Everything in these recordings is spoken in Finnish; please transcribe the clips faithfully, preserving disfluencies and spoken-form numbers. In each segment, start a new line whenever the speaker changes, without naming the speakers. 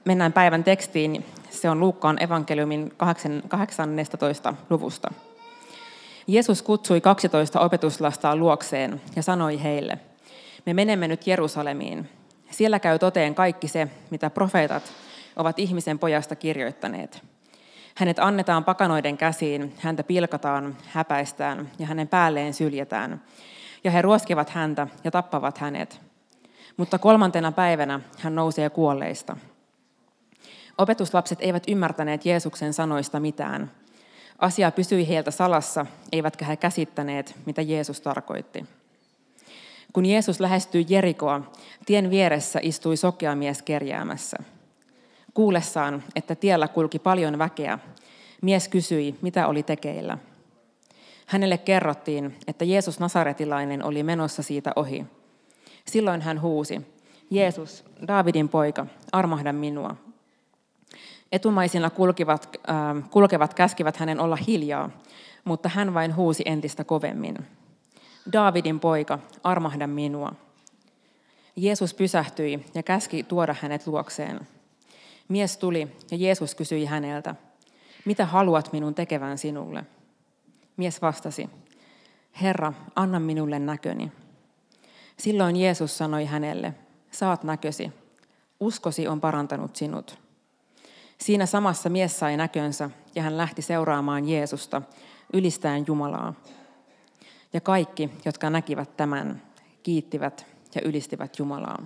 mennään päivän tekstiin. Se on Luukkaan evankeliumin kahdeksannestatoista luvusta. Jeesus kutsui kaksitoista opetuslastaan luokseen ja sanoi heille, me menemme nyt Jerusalemiin. Siellä käy toteen kaikki se, mitä profeetat ovat ihmisen pojasta kirjoittaneet. Hänet annetaan pakanoiden käsiin, häntä pilkataan, häpäistään ja hänen päälleen syljetään. Ja he ruoskivat häntä ja tappavat hänet. Mutta kolmantena päivänä hän nousee kuolleista. Opetuslapset eivät ymmärtäneet Jeesuksen sanoista mitään. Asia pysyi heiltä salassa, eivätkä he käsittäneet, mitä Jeesus tarkoitti. Kun Jeesus lähestyi Jerikoa, tien vieressä istui sokea mies kerjäämässä. Kuullessaan, että tiellä kulki paljon väkeä, mies kysyi, mitä oli tekeillä. Hänelle kerrottiin, että Jeesus Nasaretilainen oli menossa siitä ohi. Silloin hän huusi, Jeesus, Daavidin poika, armahda minua. Etumaisilla kulkivat, äh, kulkevat käskivät hänen olla hiljaa, mutta hän vain huusi entistä kovemmin. Daavidin poika, armahda minua. Jeesus pysähtyi ja käski tuoda hänet luokseen. Mies tuli ja Jeesus kysyi häneltä, mitä haluat minun tekevän sinulle? Mies vastasi, Herra, anna minulle näköni. Silloin Jeesus sanoi hänelle, saat näkösi, uskosi on parantanut sinut. Siinä samassa mies sai näkönsä ja hän lähti seuraamaan Jeesusta, ylistäen Jumalaa. Ja kaikki, jotka näkivät tämän, kiittivät ja ylistivät Jumalaa.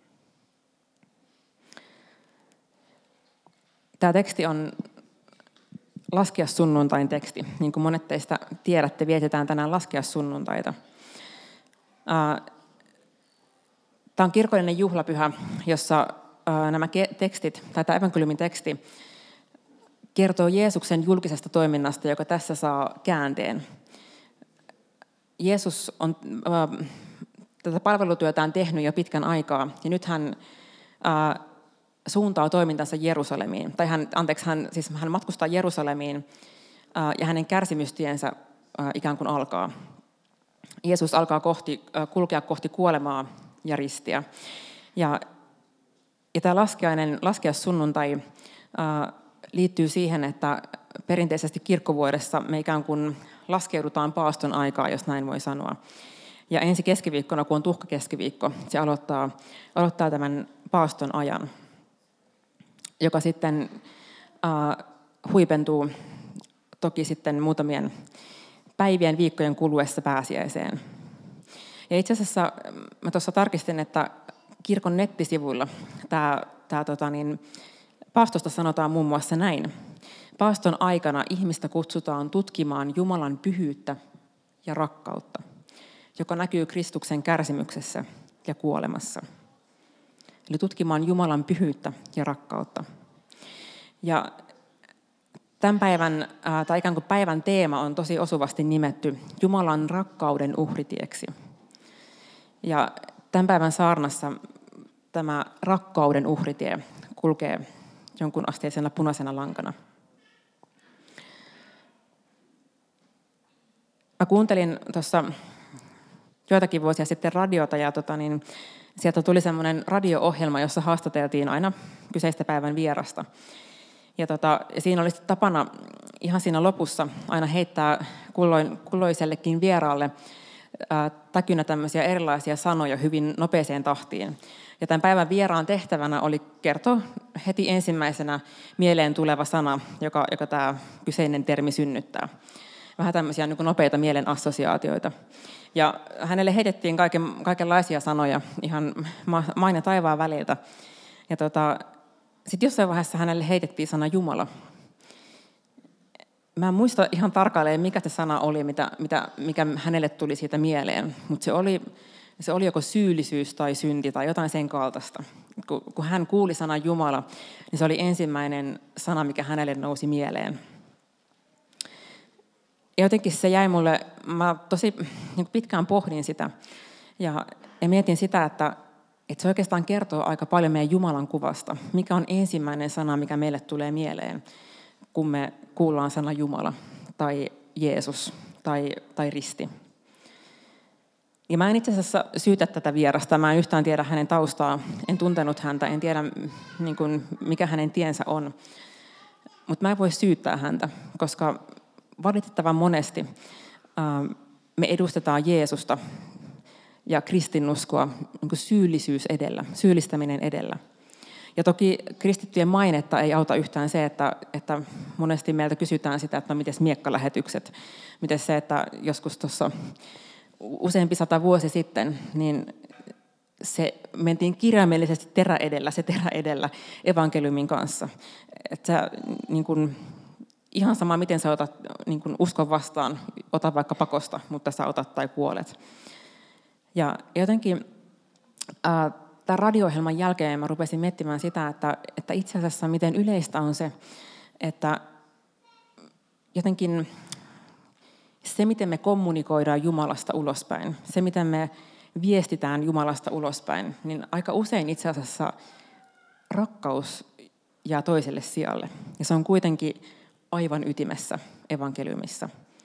Tämä teksti on laskiaissunnuntain teksti. Niin kuin monet teistä tiedätte, vietetään tänään laskiaissunnuntaita. Tämä on kirkollinen juhlapyhä, jossa nämä tekstit, tai tämä evankeliumin teksti, kertoo Jeesuksen julkisesta toiminnasta, joka tässä saa käänteen. Jeesus on äh, tätä palvelutyötään tehnyt jo pitkän aikaa, ja nyt hän äh, suuntaa toimintansa Jerusalemiin. Tai hän, anteeksi, hän, siis hän matkustaa Jerusalemiin, äh, ja hänen kärsimystiensä äh, ikään kuin alkaa. Jeesus alkaa kohti, äh, kulkea kohti kuolemaa ja ristiä. Ja, ja tämä laskiainen, laskiaissunnuntai äh, liittyy siihen, että perinteisesti kirkkovuodessa me ikään kuin laskeudutaan paaston aikaa, jos näin voi sanoa. Ja ensi keskiviikkona, kun on tuhkakeskiviikko, se aloittaa, aloittaa tämän paaston ajan, joka sitten äh, huipentuu toki sitten muutamien päivien, viikkojen kuluessa pääsiäiseen. Ja itse asiassa mä tuossa tarkistin, että kirkon nettisivuilla tämä, tämä tota niin, paastosta sanotaan muun muassa näin. Paaston aikana ihmistä kutsutaan tutkimaan Jumalan pyhyyttä ja rakkautta, joka näkyy Kristuksen kärsimyksessä ja kuolemassa. Eli tutkimaan Jumalan pyhyyttä ja rakkautta. Ja tämän päivän, tai ikään kuin päivän teema on tosi osuvasti nimetty Jumalan rakkauden uhritieksi. Ja tämän päivän saarnassa tämä rakkauden uhritie kulkee jonkun asteisena punaisena lankana. Mä kuuntelin tuossa joitakin vuosia sitten radiota, ja tota, niin, sieltä tuli semmoinen radio-ohjelma, jossa haastateltiin aina kyseistä päivän vierasta. Ja, tota, ja siinä oli tapana ihan siinä lopussa aina heittää kulloin, kulloisellekin vieraalle ää, täkynä tämmöisiä erilaisia sanoja hyvin nopeeseen tahtiin. Ja tämän päivän vieraan tehtävänä oli kertoa heti ensimmäisenä mieleen tuleva sana, joka, joka tämä kyseinen termi synnyttää. Vähän tämmöisiä niin kuin nopeita mielen assosiaatioita. Ja hänelle heitettiin kaiken, kaikenlaisia sanoja ihan maan ja taivaan väliltä. Ja tota, sitten jossain vaiheessa hänelle heitettiin sana Jumala. Mä en muista ihan tarkalleen, mikä se sana oli, mitä, mitä, mikä hänelle tuli siitä mieleen, mutta se oli, se oli joko syyllisyys tai synti tai jotain sen kaltaista. Kun, kun hän kuuli sanan Jumala, niin se oli ensimmäinen sana, mikä hänelle nousi mieleen. Ja jotenkin se jäi mulle, mä tosi niin pitkään pohdin sitä ja, ja mietin sitä, että, että se oikeastaan kertoo aika paljon meidän Jumalan kuvasta. Mikä on ensimmäinen sana, mikä meille tulee mieleen, kun me kuullaan sana Jumala tai Jeesus tai, tai risti. Ja mä en itse asiassa syytä tätä vierasta, mä en yhtään tiedä hänen taustaa, en tuntenut häntä, en tiedä niin kuin, mikä hänen tiensä on. Mutta mä en voi syyttää häntä, koska valitettavan monesti ää, me edustetaan Jeesusta ja kristinuskoa niin kuin syyllisyys edellä, syyllistäminen edellä. Ja toki kristittyjen mainetta ei auta yhtään se, että, että monesti meiltä kysytään sitä, että no mites miekkalähetykset, miten se, että joskus tuossa useampi sata vuosi sitten, niin se mentiin kirjaimellisesti terä edellä, se terä edellä evankeliumin kanssa. Että sä, niin kun, ihan sama, miten sä otat niin kun uskon vastaan, ota vaikka pakosta, mutta sä otat tai kuolet. Ja jotenkin ää, tämän radio-ohjelman jälkeen mä rupesin miettimään sitä, että, että itse asiassa miten yleistä on se, että jotenkin se, miten me kommunikoidaan Jumalasta ulospäin, se, miten me viestitään Jumalasta ulospäin, niin aika usein itse asiassa rakkaus jää toiselle sijalle. Ja se on kuitenkin aivan ytimessä evankeliumissa.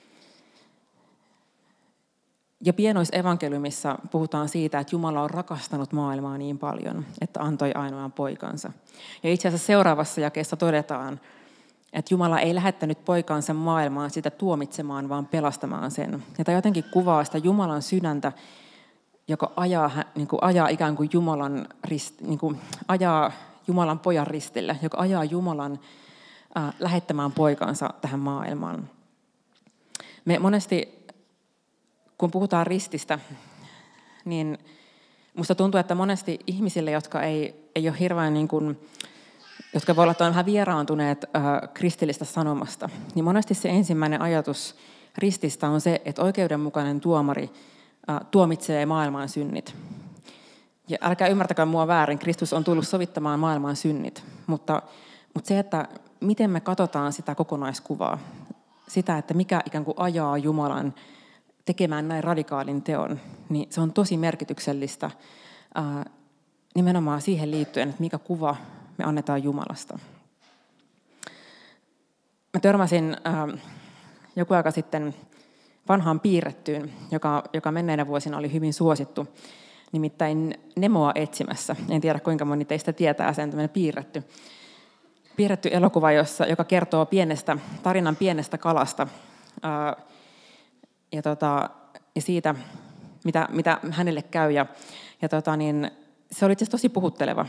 Ja pienoisevankeliumissa puhutaan siitä, että Jumala on rakastanut maailmaa niin paljon, että antoi ainoan poikansa. Ja itse asiassa seuraavassa jakeessa todetaan, että Jumala ei lähettänyt poikaansa maailmaan sitä tuomitsemaan, vaan pelastamaan sen. Ja tämä jotenkin kuvaa sitä Jumalan sydäntä, joka ajaa, niin kuin ajaa ikään kuin Jumalan, rist, niin kuin ajaa Jumalan pojan ristille, joka ajaa Jumalan äh, lähettämään poikansa tähän maailmaan. Me monesti, kun puhutaan rististä, niin musta tuntuu, että monesti ihmisille, jotka ei, ei ole hirveän, niin kuin, jotka voi olla vähän vieraantuneet äh, kristillistä sanomasta, niin monesti se ensimmäinen ajatus rististä on se, että oikeudenmukainen tuomari äh, tuomitsee maailman synnit. Ja älkää ymmärtäkää mua väärin, Kristus on tullut sovittamaan maailman synnit, mutta, mutta se, että miten me katsotaan sitä kokonaiskuvaa, sitä, että mikä ikään kuin ajaa Jumalan tekemään näin radikaalin teon, niin se on tosi merkityksellistä ää, nimenomaan siihen liittyen, että mikä kuva me annetaan Jumalasta. Mä törmäsin ää, joku aika sitten vanhaan piirrettyyn, joka, joka menneinä vuosina oli hyvin suosittu, nimittäin Nemoa etsimässä. En tiedä, kuinka moni teistä tietää sen, tämmöinen piirretty. Piirretty elokuva, jossa, joka kertoo pienestä, tarinan pienestä kalasta ää, ja, tota, ja siitä, mitä, mitä hänelle käy. Ja, ja tota, niin, se oli itse asiassa tosi puhutteleva.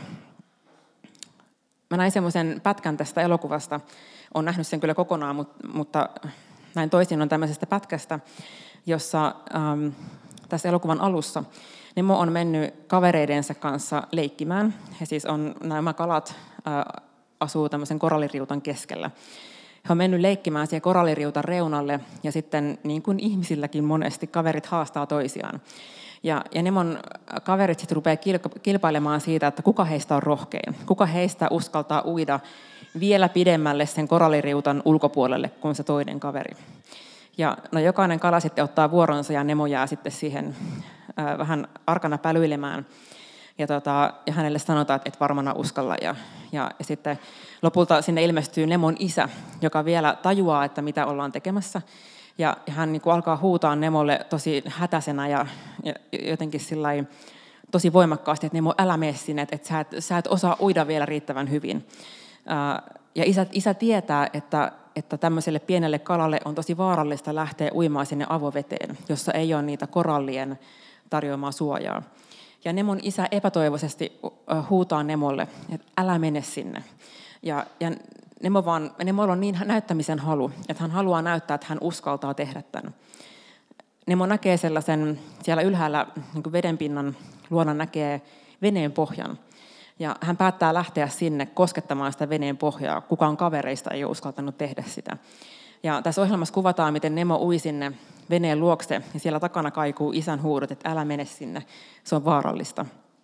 Mä näin semmoisen pätkän tästä elokuvasta. Olen nähnyt sen kyllä kokonaan, mutta, mutta näin toisin on tämmöisestä pätkästä, jossa äm, tässä elokuvan alussa Nemo on mennyt kavereidensa kanssa leikkimään. He siis on, nämä kalat ä, asuu tämmöisen koralliriutan keskellä. He on mennyt leikkimään siihen koralliriutan reunalle, ja sitten niin kuin ihmisilläkin monesti kaverit haastaa toisiaan. Ja, ja Nemon kaverit sitten rupeaa kilpailemaan siitä, että kuka heistä on rohkein, kuka heistä uskaltaa uida vielä pidemmälle sen koralliriutan ulkopuolelle kuin se toinen kaveri. Ja no, jokainen kala sitten ottaa vuoronsa, ja Nemo jää sitten siihen äh, vähän arkana pälyilemään. Ja, tota, ja hänelle sanotaan, että et varmana uskalla. Ja, ja, ja sitten lopulta sinne ilmestyy Nemon isä, joka vielä tajuaa, että mitä ollaan tekemässä. Ja, ja hän niin kuin alkaa huutaa Nemolle tosi hätäisenä ja, ja jotenkin sillai, tosi voimakkaasti, että Nemo, älä mene sinne, että, että sä, et, sä et osaa uida vielä riittävän hyvin. Ää, ja isä, isä tietää, että, että tämmöiselle pienelle kalalle on tosi vaarallista lähteä uimaan sinne avoveteen, jossa ei ole niitä korallien tarjoamaa suojaa. Ja Nemon isä epätoivoisesti huutaa Nemolle, että älä mene sinne. Ja, ja Nemo vaan, Nemolla on niin näyttämisen halu, että hän haluaa näyttää, että hän uskaltaa tehdä tämän. Nemo näkee sellaisen, siellä ylhäällä niin kuin vedenpinnan luona näkee veneen pohjan. Ja hän päättää lähteä sinne koskettamaan sitä veneen pohjaa. Kukaan kavereista ei ole uskaltanut tehdä sitä. Ja tässä ohjelmassa kuvataan, miten Nemo ui sinne veneen luokse, ja siellä takana kaikuu isän huudot, että älä mene sinne, se on vaarallista.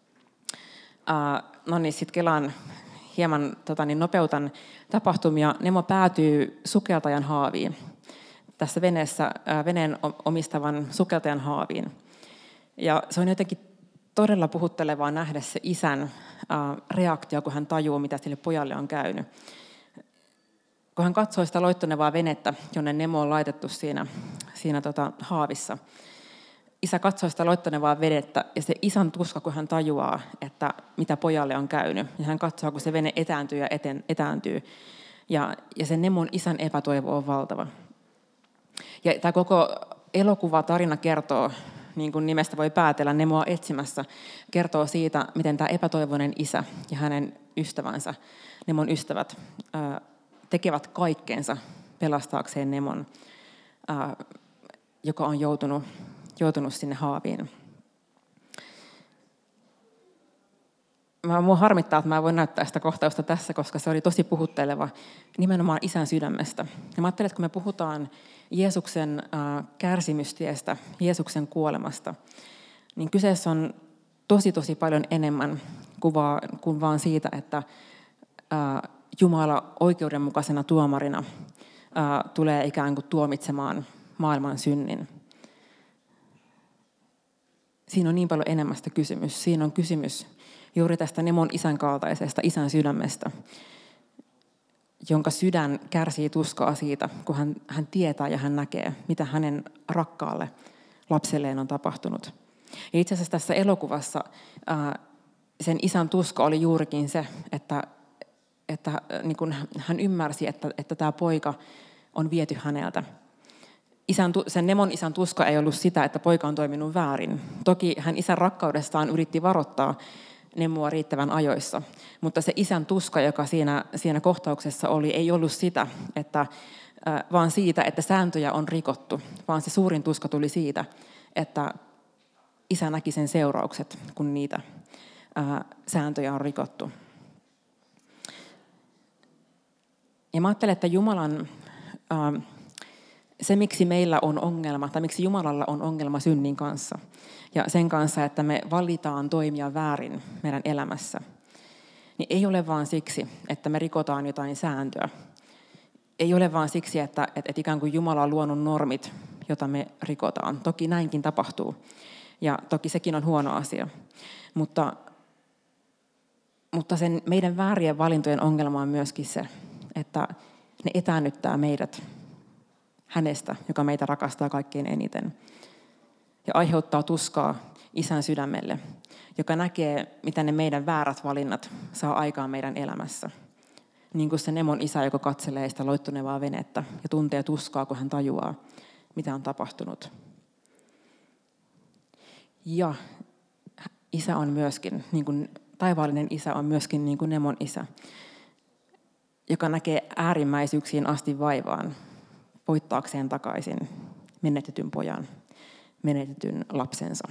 Uh, no niin, sitten kelaan hieman tota, niin nopeutan tapahtumia. Nemo päätyy sukeltajan haaviin, tässä veneessä, uh, veneen omistavan sukeltajan haaviin. Ja se on jotenkin todella puhuttelevaa nähdä se isän uh, reaktio, kun hän tajuu, mitä sille pojalle on käynyt. Kun hän katsoi sitä loittonevaa venettä, jonne Nemo on laitettu siinä, siinä tota, haavissa, isä katsoo sitä loittonevaa vedettä ja se isän tuska, kun hän tajuaa, että mitä pojalle on käynyt. Ja hän katsoo, kun se vene etääntyy ja eten, etääntyy. Ja, ja se Nemon isän epätoivo on valtava. Ja tämä koko elokuva tarina kertoo, niin kuin nimestä voi päätellä, Nemoa etsimässä, kertoo siitä, miten tämä epätoivoinen isä ja hänen ystävänsä, Nemon ystävät, tekevät kaikkensa pelastaakseen Nemon, joka on joutunut, joutunut sinne haaviin. Minua harmittaa, että mä voin näyttää sitä kohtausta tässä, koska se oli tosi puhutteleva nimenomaan isän sydämestä. Ja mä ajattelen, että kun me puhutaan Jeesuksen kärsimystiestä, Jeesuksen kuolemasta, niin kyseessä on tosi tosi paljon enemmän kuin vaan siitä, että Jumala oikeudenmukaisena tuomarina tulee ikään kuin tuomitsemaan maailman synnin. Siinä on niin paljon enemmästä kysymys. Siinä on kysymys juuri tästä Nemon isän kaltaisesta isän sydämestä, jonka sydän kärsii tuskaa siitä, kun hän, hän tietää ja hän näkee, mitä hänen rakkaalle lapselleen on tapahtunut. Ja itse asiassa tässä elokuvassa ää, sen isän tuska oli juurikin se, että, että niin kun hän ymmärsi, että, että tämä poika on viety häneltä. Isän, sen Nemon isän tuska ei ollut sitä, että poika on toiminut väärin. Toki hän isän rakkaudestaan yritti varoittaa Nemoa riittävän ajoissa, mutta se isän tuska, joka siinä, siinä kohtauksessa oli, ei ollut sitä, että, vaan siitä, että sääntöjä on rikottu, vaan se suurin tuska tuli siitä, että isä näki sen seuraukset, kun niitä ää, sääntöjä on rikottu. Ja mä ajattelen, että Jumalan, ää, se miksi meillä on ongelma, tai miksi Jumalalla on ongelma synnin kanssa, ja sen kanssa, että me valitaan toimia väärin meidän elämässä, niin ei ole vaan siksi, että me rikotaan jotain sääntöä. Ei ole vaan siksi, että, että, että ikään kuin Jumala on luonut normit, jota me rikotaan. Toki näinkin tapahtuu, ja toki sekin on huono asia. Mutta, mutta sen meidän väärien valintojen ongelma on myöskin se, että ne etäännyttää meidät hänestä, joka meitä rakastaa kaikkein eniten. Ja aiheuttaa tuskaa isän sydämelle, joka näkee, mitä ne meidän väärät valinnat saa aikaan meidän elämässä. Niin kuin se Nemon isä, joka katselee sitä loittonevaa venettä ja tuntee tuskaa, kun hän tajuaa, mitä on tapahtunut. Ja isä on myöskin, niin kuin taivaallinen isä on myöskin niin kuin Nemon isä, joka näkee äärimmäisyyksiin asti vaivaan voittaakseen takaisin menetetyn pojan, menetetyn lapsensa.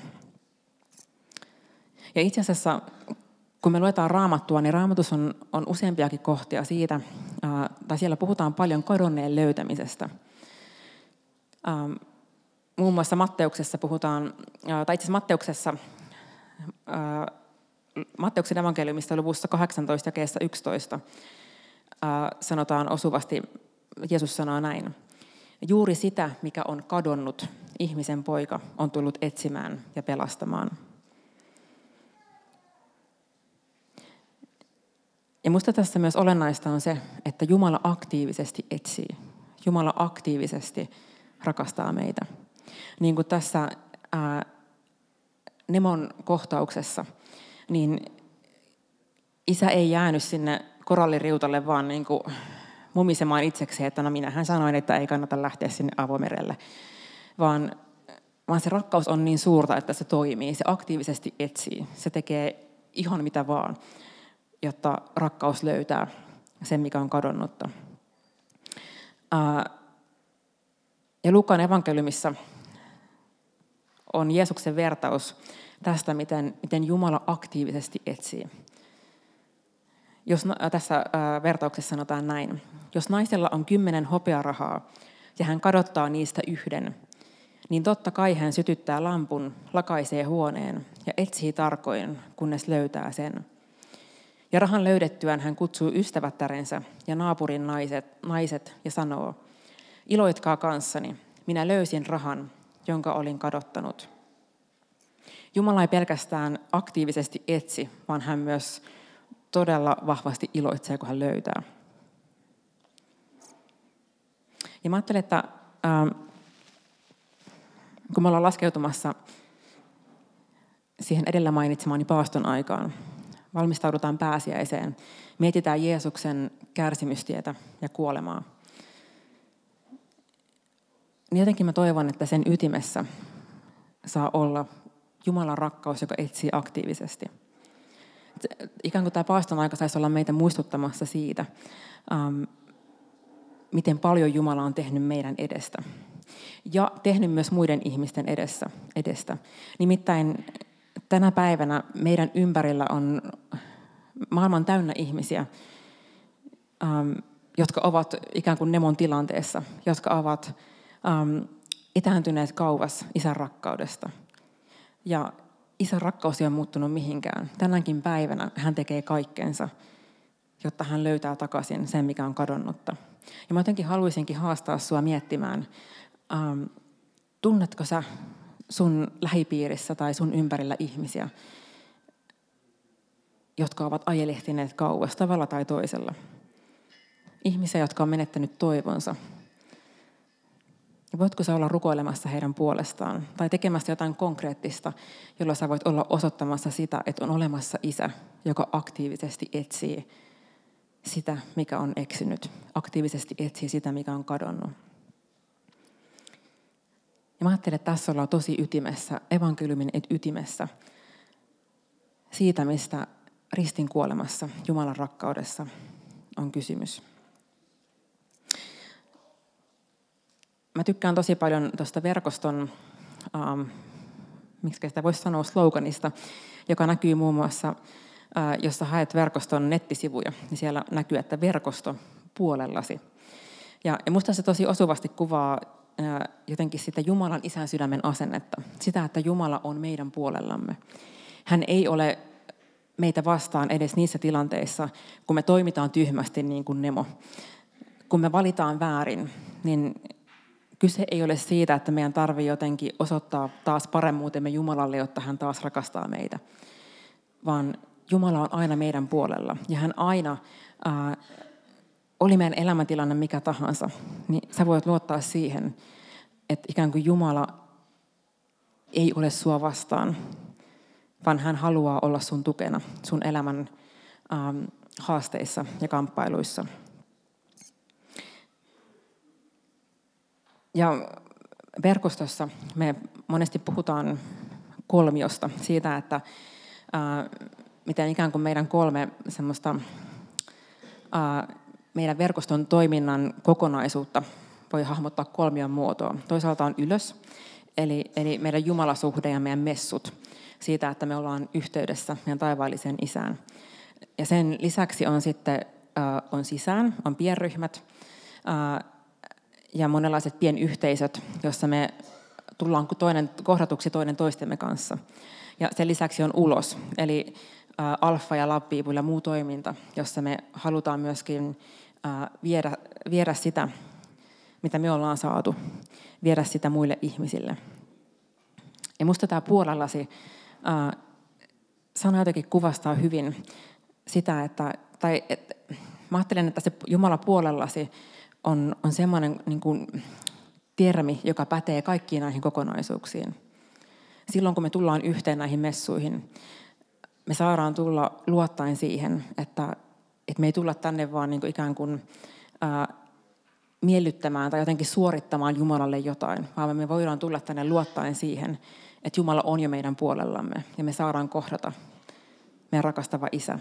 Ja itse asiassa, kun me luetaan Raamattua, niin Raamatus on, on useampiakin kohtia siitä, ää, tai siellä puhutaan paljon kadonneen löytämisestä. Ää, muun muassa Matteuksessa puhutaan, ää, tai itse asiassa Matteuksessa, ää, Matteuksen evankeliumista luvussa kahdeksantoista jakeessa yksitoista ää, sanotaan osuvasti, Jeesus sanoo näin: juuri sitä, mikä on kadonnut, ihmisen poika on tullut etsimään ja pelastamaan. Ja minusta tässä myös olennaista on se, että Jumala aktiivisesti etsii. Jumala aktiivisesti rakastaa meitä. Niin kuin tässä ää, Nemon kohtauksessa, niin isä ei jäänyt sinne koralliriutalle vaan niin kuin mumisemaan itsekseen, että no minähän sanoin, että ei kannata lähteä sinne avomerelle, vaan, vaan se rakkaus on niin suurta, että se toimii. Se aktiivisesti etsii. Se tekee ihan mitä vaan, jotta rakkaus löytää sen, mikä on kadonnutta. Ja Luukkaan evankeliumissa on Jeesuksen vertaus tästä, miten, miten Jumala aktiivisesti etsii. Jos, tässä vertauksessa sanotaan näin: jos naisella on kymmenen hopearahaa ja hän kadottaa niistä yhden, niin totta kai hän sytyttää lampun, lakaisee huoneen ja etsii tarkoin, kunnes löytää sen. Ja rahan löydettyään hän kutsuu ystävättärensä ja naapurin naiset, naiset ja sanoo: iloitkaa kanssani, minä löysin rahan, jonka olin kadottanut. Jumala ei pelkästään aktiivisesti etsi, vaan hän myös todella vahvasti iloitsee, kun hän löytää. Ja mä ajattelen, että ää, kun me ollaan laskeutumassa siihen edellä mainitsemani paaston aikaan. Valmistaudutaan pääsiäiseen. Mietitään Jeesuksen kärsimystietä ja kuolemaa. Niin jotenkin mä toivon, että sen ytimessä saa olla Jumalan rakkaus, joka etsii aktiivisesti. Ikään kuin tämä paaston aika saisi olla meitä muistuttamassa siitä, um, miten paljon Jumala on tehnyt meidän edestä. Ja tehnyt myös muiden ihmisten edessä, edestä. Nimittäin tänä päivänä meidän ympärillä on maailman täynnä ihmisiä, um, jotka ovat ikään kuin Nemon tilanteessa, jotka ovat um, etääntyneet kauas isän rakkaudesta. Ja isän rakkaus ei ole muuttunut mihinkään. Tänäkin päivänä hän tekee kaikkensa, jotta hän löytää takaisin sen, mikä on kadonnutta. Ja mä jotenkin haluaisinkin haastaa sua miettimään, um, tunnetko sä sun lähipiirissä tai sun ympärillä ihmisiä, jotka ovat ajelehtineet kauas tavalla tai toisella. Ihmisiä, jotka on menettänyt toivonsa. Ja voitko sä olla rukoilemassa heidän puolestaan tai tekemässä jotain konkreettista, jolla sä voit olla osoittamassa sitä, että on olemassa isä, joka aktiivisesti etsii sitä, mikä on eksynyt. Aktiivisesti etsii sitä, mikä on kadonnut. Ja mä ajattelen, että tässä ollaan tosi ytimessä, evankeliumin ytimessä, siitä, mistä ristin kuolemassa, Jumalan rakkaudessa on kysymys. Mä tykkään tosi paljon tuosta verkoston, ähm, miksi sitä voisi sanoa, sloganista, joka näkyy muun muassa, äh, jos sä haet verkoston nettisivuja, niin siellä näkyy, että verkosto puolellasi. Ja, ja musta se tosi osuvasti kuvaa äh, jotenkin sitä Jumalan isän sydämen asennetta, sitä, että Jumala on meidän puolellamme. Hän ei ole meitä vastaan edes niissä tilanteissa, kun me toimitaan tyhmästi niin kuin Nemo. Kun me valitaan väärin, niin kyse ei ole siitä, että meidän tarvitsee jotenkin osoittaa taas paremmuutemme Jumalalle, jotta hän taas rakastaa meitä. Vaan Jumala on aina meidän puolella. Ja hän aina, ää, oli meidän elämäntilanne mikä tahansa, niin sä voit luottaa siihen, että ikään kuin Jumala ei ole sua vastaan, vaan hän haluaa olla sun tukena sun elämän ää, haasteissa ja kamppailuissa. Ja verkostossa me monesti puhutaan kolmiosta, siitä, että ää, miten ikään kuin meidän kolme semmoista ää, meidän verkoston toiminnan kokonaisuutta voi hahmottaa kolmion muotoa. Toisaalta on ylös, eli, eli meidän jumalasuhde ja meidän messut, siitä, että me ollaan yhteydessä meidän taivaalliseen isään. Ja sen lisäksi on sitten ää, on sisään, on pienryhmät, ää, ja monenlaiset pienyhteisöt, joissa me tullaan toinen, kohdatuksi toinen toistemme kanssa. Ja sen lisäksi on ulos, eli ä, alfa- ja labbiipu ja muu toiminta, jossa me halutaan myöskin ä, viedä, viedä sitä, mitä me ollaan saatu, viedä sitä muille ihmisille. Ja musta tämä puolellasi ä, sana jotenkin kuvastaa hyvin sitä, että, tai et, mä ajattelen, että se Jumala puolellasi on, on semmoinen niin kuin termi, joka pätee kaikkiin näihin kokonaisuuksiin. Silloin, kun me tullaan yhteen näihin messuihin, me saadaan tulla luottaen siihen, että, että me ei tulla tänne vaan niin kuin ikään kuin ää, miellyttämään tai jotenkin suorittamaan Jumalalle jotain, vaan me voidaan tulla tänne luottaen siihen, että Jumala on jo meidän puolellamme ja me saadaan kohdata meidän rakastava isä.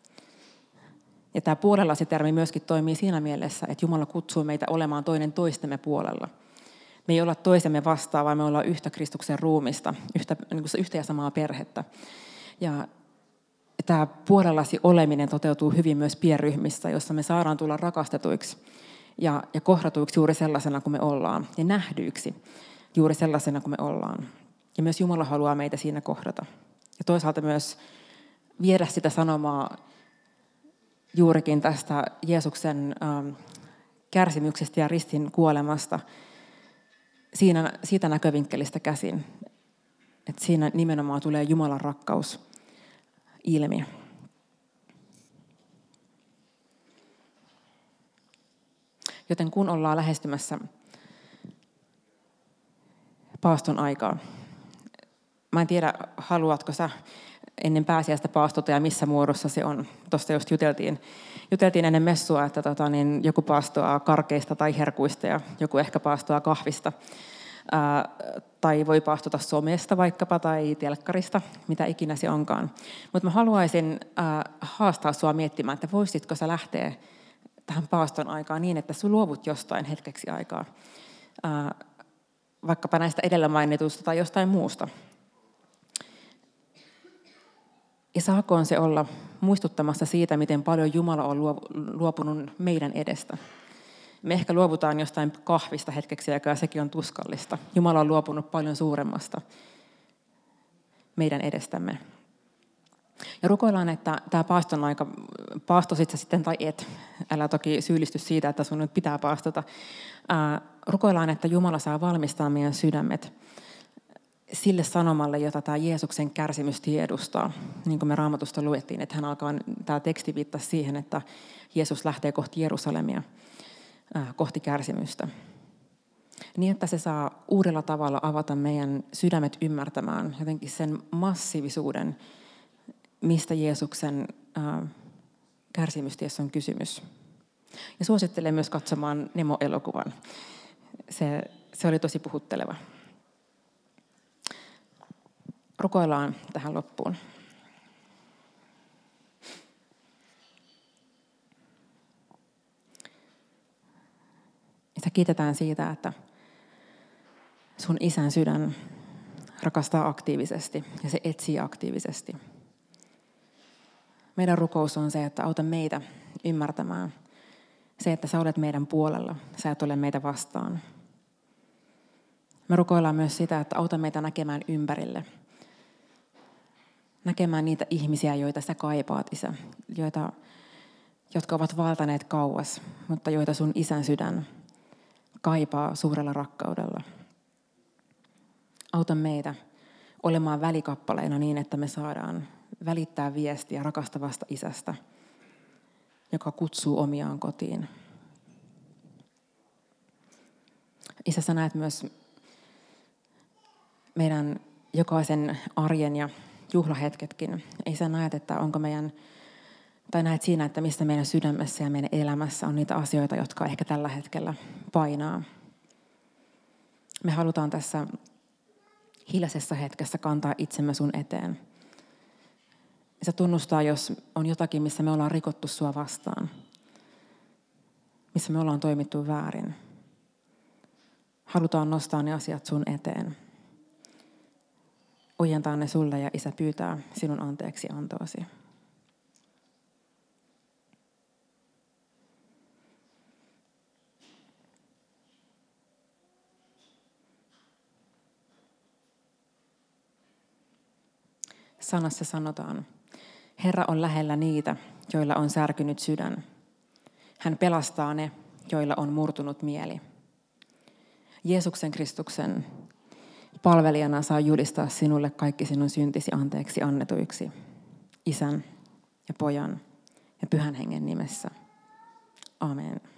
Ja tämä puolellasi-termi myöskin toimii siinä mielessä, että Jumala kutsuu meitä olemaan toinen toistemme puolella. Me ei olla toisemme vastaan, vaan me ollaan yhtä Kristuksen ruumista, yhtä, niin kuin yhtä ja samaa perhettä. Ja tämä puolellasi oleminen toteutuu hyvin myös pienryhmissä, jossa me saadaan tulla rakastetuiksi ja, ja kohdatuiksi juuri sellaisena kuin me ollaan, ja nähdyiksi juuri sellaisena kuin me ollaan. Ja myös Jumala haluaa meitä siinä kohdata. Ja toisaalta myös viedä sitä sanomaa juurikin tästä Jeesuksen ähm, kärsimyksestä ja ristin kuolemasta siinä, siitä näkövinkkelistä käsin. Että siinä nimenomaan tulee Jumalan rakkaus ilmi. Joten kun ollaan lähestymässä paaston aikaa, Mä en tiedä, haluatko sä ennen pääsiäistä paastota ja missä muodossa se on. Tuosta just juteltiin, juteltiin ennen messua, että tota, niin joku paastoaa karkeista tai herkuista ja joku ehkä paastoaa kahvista. Ää, tai voi paastota somesta vaikkapa tai telkkarista, mitä ikinä se onkaan. Mutta mä haluaisin ää, haastaa sua miettimään, että voisitko sä lähteä tähän paaston aikaan niin, että sä luovut jostain hetkeksi aikaa. Ää, vaikkapa näistä edellä mainitusta tai jostain muusta. Ja saakoon se olla muistuttamassa siitä, miten paljon Jumala on luopunut meidän edestä. Me ehkä luovutaan jostain kahvista hetkeksi aikaa, ja sekin on tuskallista. Jumala on luopunut paljon suuremmasta meidän edestämme. Ja rukoillaan, että tämä paaston aika, paastosit sä sitten tai et, älä toki syyllisty siitä, että sun nyt pitää paastota. Ää, rukoillaan, että Jumala saa valmistaa meidän sydämet sille sanomalle, jota tämä Jeesuksen kärsimys tiedustaa. Niin kuin me Raamatusta luettiin, että hän alkaa, tämä teksti viittasi siihen, että Jeesus lähtee kohti Jerusalemia, ää, kohti kärsimystä. Niin, että se saa uudella tavalla avata meidän sydämet ymmärtämään jotenkin sen massiivisuuden, mistä Jeesuksen ää, kärsimystiessä on kysymys. Ja suosittelen myös katsomaan Nemo-elokuvan. Se, se oli tosi puhutteleva. Rukoillaan tähän loppuun. Ja kiitetään siitä, että sun isän sydän rakastaa aktiivisesti ja se etsii aktiivisesti. Meidän rukous on se, että auta meitä ymmärtämään se, että sä olet meidän puolella, sä et ole meitä vastaan. Me rukoillaan myös sitä, että auta meitä näkemään ympärille. Näkemään niitä ihmisiä, joita sä kaipaat, Isä, joita, jotka ovat valtaneet kauas, mutta joita sun isän sydän kaipaa suurella rakkaudella. Auta meitä olemaan välikappaleina niin, että me saadaan välittää viestiä rakastavasta isästä, joka kutsuu omiaan kotiin. Isä, sä näet myös meidän jokaisen arjen ja juhlahetketkin. Ei sä näet, että onko meidän, tai näet siinä, että mistä meidän sydämessä ja meidän elämässä on niitä asioita, jotka ehkä tällä hetkellä painaa. Me halutaan tässä hiljaisessa hetkessä kantaa itsemme sun eteen. Se tunnustaa, jos on jotakin, missä me ollaan rikottu sua vastaan. Missä me ollaan toimittu väärin. Halutaan nostaa ne asiat sun eteen. Ojentaa ne sulle ja Isä pyytää sinun anteeksi antoasi. Sanassa sanotaan, Herra on lähellä niitä, joilla on särkynyt sydän. Hän pelastaa ne, joilla on murtunut mieli. Jeesuksen Kristuksen palvelijana saa julistaa sinulle kaikki sinun syntisi anteeksi annetuiksi. Isän ja Pojan ja Pyhän Hengen nimessä. Amen.